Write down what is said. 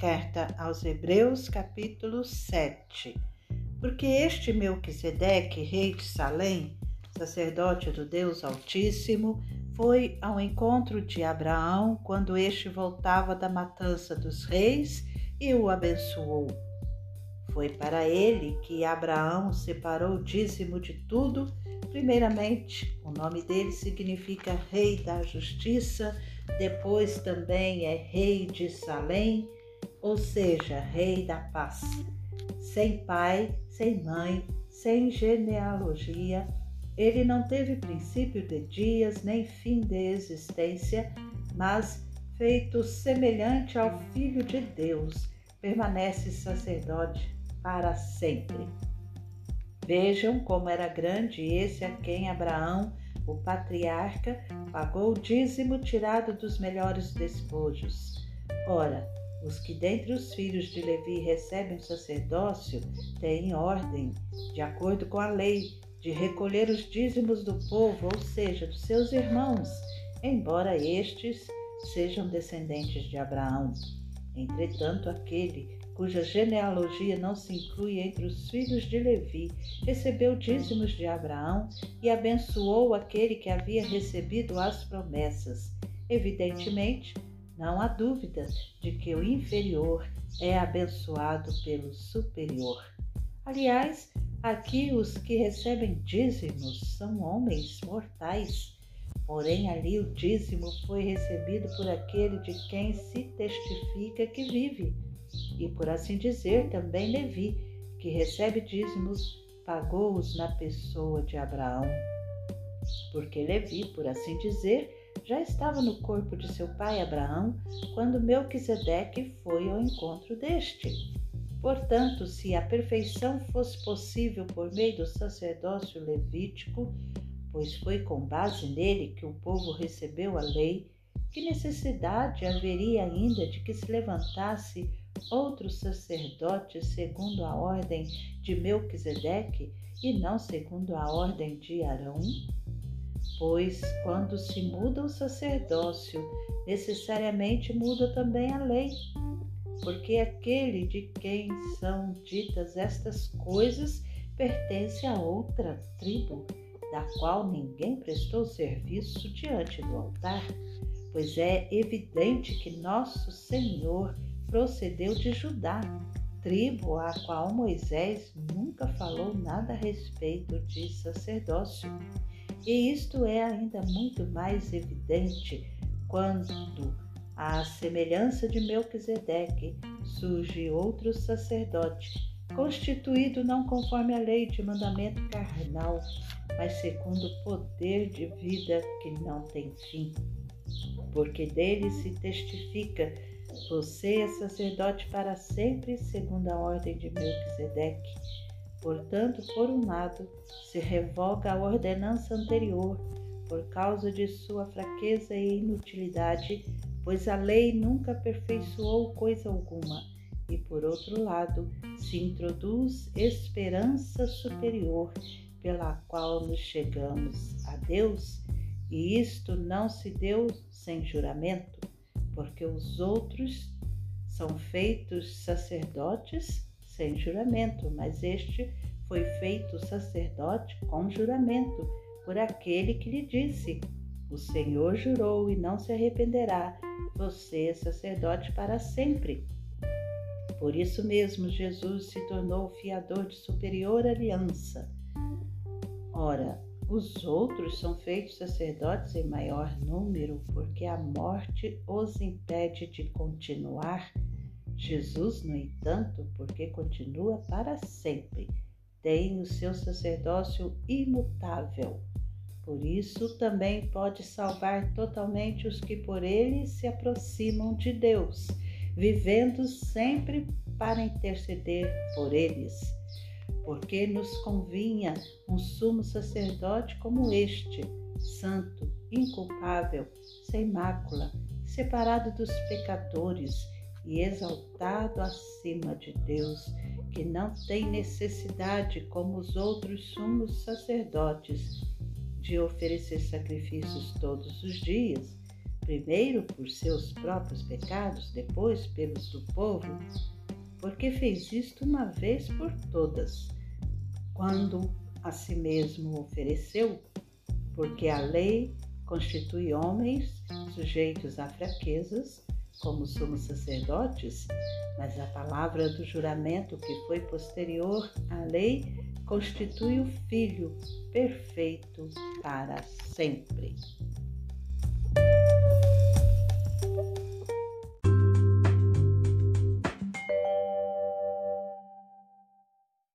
Carta aos Hebreus, capítulo 7. Porque este Melquisedeque, rei de Salém, sacerdote do Deus Altíssimo, foi ao encontro de Abraão quando este voltava da matança dos reis e o abençoou. Foi para ele que Abraão separou o dízimo de tudo. Primeiramente, o nome dele significa Rei da Justiça, depois também é Rei de Salém, ou seja, Rei da Paz. Sem pai, sem mãe, sem genealogia, ele não teve princípio de dias nem fim de existência, mas, feito semelhante ao Filho de Deus, permanece sacerdote para sempre. Vejam como era grande esse a quem Abraão, o patriarca, pagou o dízimo tirado dos melhores despojos. Ora, os que dentre os filhos de Levi recebem o sacerdócio têm ordem, de acordo com a lei, de recolher os dízimos do povo, ou seja, dos seus irmãos, embora estes sejam descendentes de Abraão. Entretanto, aquele cuja genealogia não se inclui entre os filhos de Levi, recebeu dízimos de Abraão e abençoou aquele que havia recebido as promessas. Evidentemente, não há dúvida de que o inferior é abençoado pelo superior. Aliás, aqui os que recebem dízimos são homens mortais. Porém, ali o dízimo foi recebido por aquele de quem se testifica que vive. E, por assim dizer, também Levi, que recebe dízimos, pagou-os na pessoa de Abraão. Porque Levi, por assim dizer, já estava no corpo de seu pai Abraão, quando Melquisedeque foi ao encontro deste. Portanto, se a perfeição fosse possível por meio do sacerdócio levítico, pois foi com base nele que o povo recebeu a lei, que necessidade haveria ainda de que se levantasse outro sacerdote segundo a ordem de Melquisedeque e não segundo a ordem de Arão? Pois, quando se muda o sacerdócio, necessariamente muda também a lei, porque aquele de quem são ditas estas coisas pertence a outra tribo, da qual ninguém prestou serviço diante do altar, pois é evidente que nosso Senhor procedeu de Judá, tribo a qual Moisés nunca falou nada a respeito de sacerdócio. E isto é ainda muito mais evidente quando, à semelhança de Melquisedeque, surge outro sacerdote, constituído não conforme a lei de mandamento carnal, mas segundo o poder de vida que não tem fim. Porque dele se testifica: você é sacerdote para sempre, segundo a ordem de Melquisedeque. Portanto, por um lado, se revoga a ordenança anterior, por causa de sua fraqueza e inutilidade, pois a lei nunca aperfeiçoou coisa alguma, e por outro lado, se introduz esperança superior, pela qual nos chegamos a Deus, e isto não se deu sem juramento, porque os outros são feitos sacerdotes sem juramento, mas este foi feito sacerdote com juramento, por aquele que lhe disse: o Senhor jurou e não se arrependerá, você é sacerdote para sempre. Por isso mesmo, Jesus se tornou o fiador de superior aliança. Ora, os outros são feitos sacerdotes em maior número, porque a morte os impede de continuar. Jesus, no entanto, porque continua para sempre, tem o seu sacerdócio imutável. Por isso também pode salvar totalmente os que por ele se aproximam de Deus, vivendo sempre para interceder por eles. Porque nos convinha um sumo sacerdote como este, santo, inculpável, sem mácula, separado dos pecadores e exaltado acima de Deus, que não tem necessidade, como os outros sumos sacerdotes, de oferecer sacrifícios todos os dias, primeiro por seus próprios pecados, depois pelos do povo, porque fez isto uma vez por todas, quando a si mesmo ofereceu, porque a lei constitui homens sujeitos a fraquezas, como somos sacerdotes, mas a palavra do juramento que foi posterior à lei constitui o Filho perfeito para sempre.